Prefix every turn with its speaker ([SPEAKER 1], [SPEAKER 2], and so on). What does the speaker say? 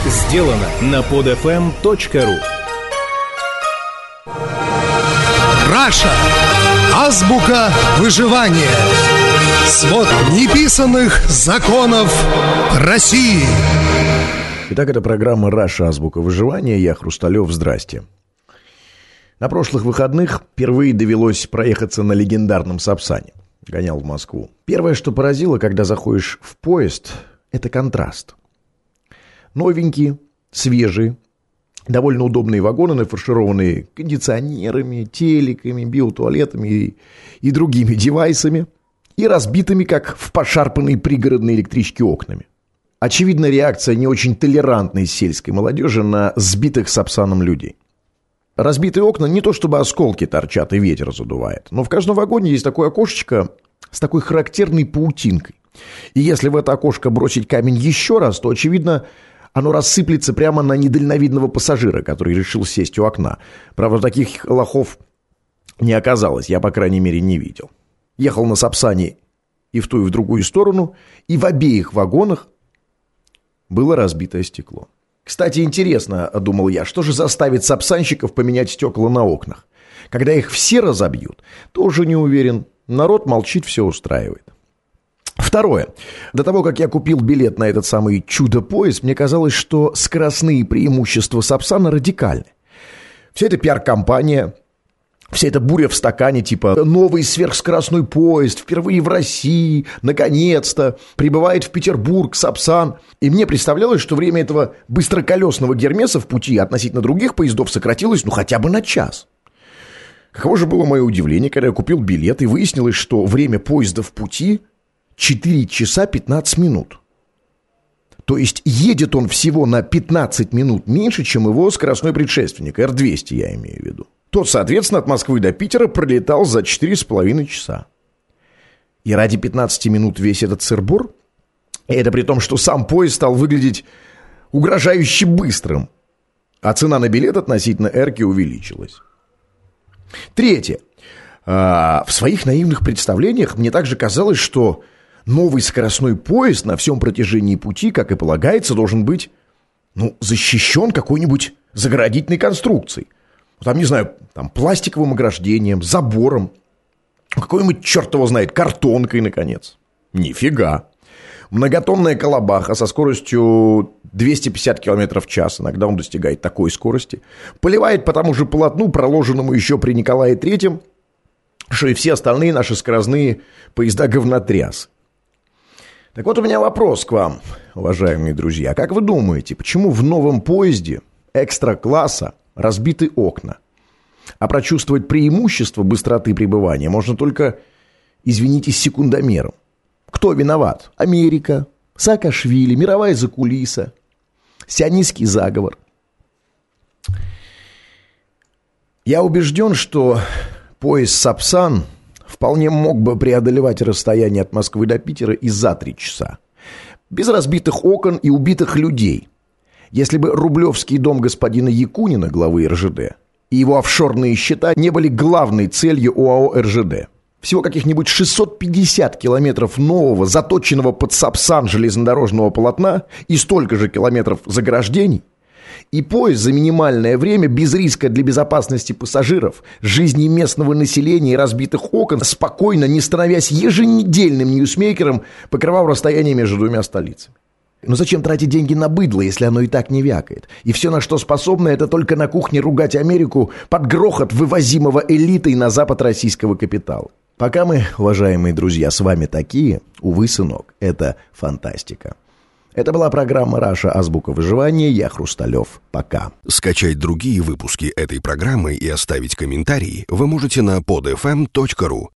[SPEAKER 1] Сделано на podfm.ru.
[SPEAKER 2] Раша. Азбука выживания. Свод неписанных законов России.
[SPEAKER 3] Итак, это программа «Раша. Азбука выживания». Я Хрусталев. Здрасте. На прошлых выходных впервые довелось проехаться на легендарном Сапсане. Гонял в Москву. Первое, что поразило, когда заходишь в поезд, это контраст. Новенькие, свежие, довольно удобные вагоны, нафаршированные кондиционерами, телеками, биотуалетами и другими девайсами, и разбитыми, как в пошарпанной пригородной электричке, окнами. Очевидно, реакция не очень толерантной сельской молодежи на сбитых Сапсаном людей. Разбитые окна не то чтобы осколки торчат и ветер задувает, но в каждом вагоне есть такое окошечко с такой характерной паутинкой. И если в это окошко бросить камень еще раз, то, очевидно, оно рассыплется прямо на недальновидного пассажира, который решил сесть у окна. Правда, таких лохов не оказалось, я, по крайней мере, не видел. Ехал на Сапсане и в ту, и в другую сторону, и в обеих вагонах было разбитое стекло. Кстати, интересно, думал я, что же заставит сапсанщиков поменять стекла на окнах? Когда их все разобьют, тоже не уверен. Народ молчит, все устраивает. Второе. До того, как я купил билет на этот самый чудо-поезд, мне казалось, что скоростные преимущества Сапсана радикальны. Вся эта пиар-компания, вся эта буря в стакане, типа новый сверхскоростной поезд, впервые в России, наконец-то, прибывает в Петербург Сапсан. И мне представлялось, что время этого быстроколесного Гермеса в пути относительно других поездов сократилось, хотя бы на час. Каково же было мое удивление, когда я купил билет, и выяснилось, что время поезда в пути 4 часа 15 минут. То есть едет он всего на 15 минут меньше, чем его скоростной предшественник, Р-200, я имею в виду. Тот, соответственно, от Москвы до Питера пролетал за 4,5 часа. И ради 15 минут весь этот сыр-бор? И это при том, что сам поезд стал выглядеть угрожающе быстрым, а цена на билет относительно Р-ки увеличилась. Третье. В своих наивных представлениях мне также казалось, что новый скоростной поезд на всем протяжении пути, как и полагается, должен быть, защищен какой-нибудь заградительной конструкцией. Там, не знаю, пластиковым ограждением, забором, какой-нибудь, черт его знает, картонкой, наконец. Нифига. Многотонная колобаха со скоростью 250 км в час, иногда он достигает такой скорости, поливает по тому же полотну, проложенному еще при Николае III, что и все остальные наши скоростные поезда говнотряс. Так вот, у меня вопрос к вам, уважаемые друзья. Как вы думаете, почему в новом поезде экстра-класса разбиты окна, а прочувствовать преимущество быстроты пребывания можно только, извините, с секундомером? Кто виноват? Америка, Саакашвили, мировая закулиса, сионистский заговор. Я убежден, что поезд Сапсан вполне мог бы преодолевать расстояние от Москвы до Питера и за 3 часа. Без разбитых окон и убитых людей. Если бы Рублевский дом господина Якунина, главы РЖД, и его офшорные счета не были главной целью ОАО РЖД. Всего каких-нибудь 650 километров нового, заточенного под Сапсан железнодорожного полотна и столько же километров заграждений, и поезд за минимальное время, без риска для безопасности пассажиров, жизни местного населения и разбитых окон, спокойно, не становясь еженедельным ньюсмейкером, покрывал расстояние между двумя столицами. Но зачем тратить деньги на быдло, если оно и так не вякает? И все, на что способно, это только на кухне ругать Америку под грохот вывозимого элитой на запад российского капитала. Пока мы, уважаемые друзья, с вами такие, увы, сынок, это фантастика. Это была программа «Раша. Азбука выживания». Я Хрусталев. Пока.
[SPEAKER 4] Скачать другие выпуски этой программы и оставить комментарии вы можете на podfm.ru.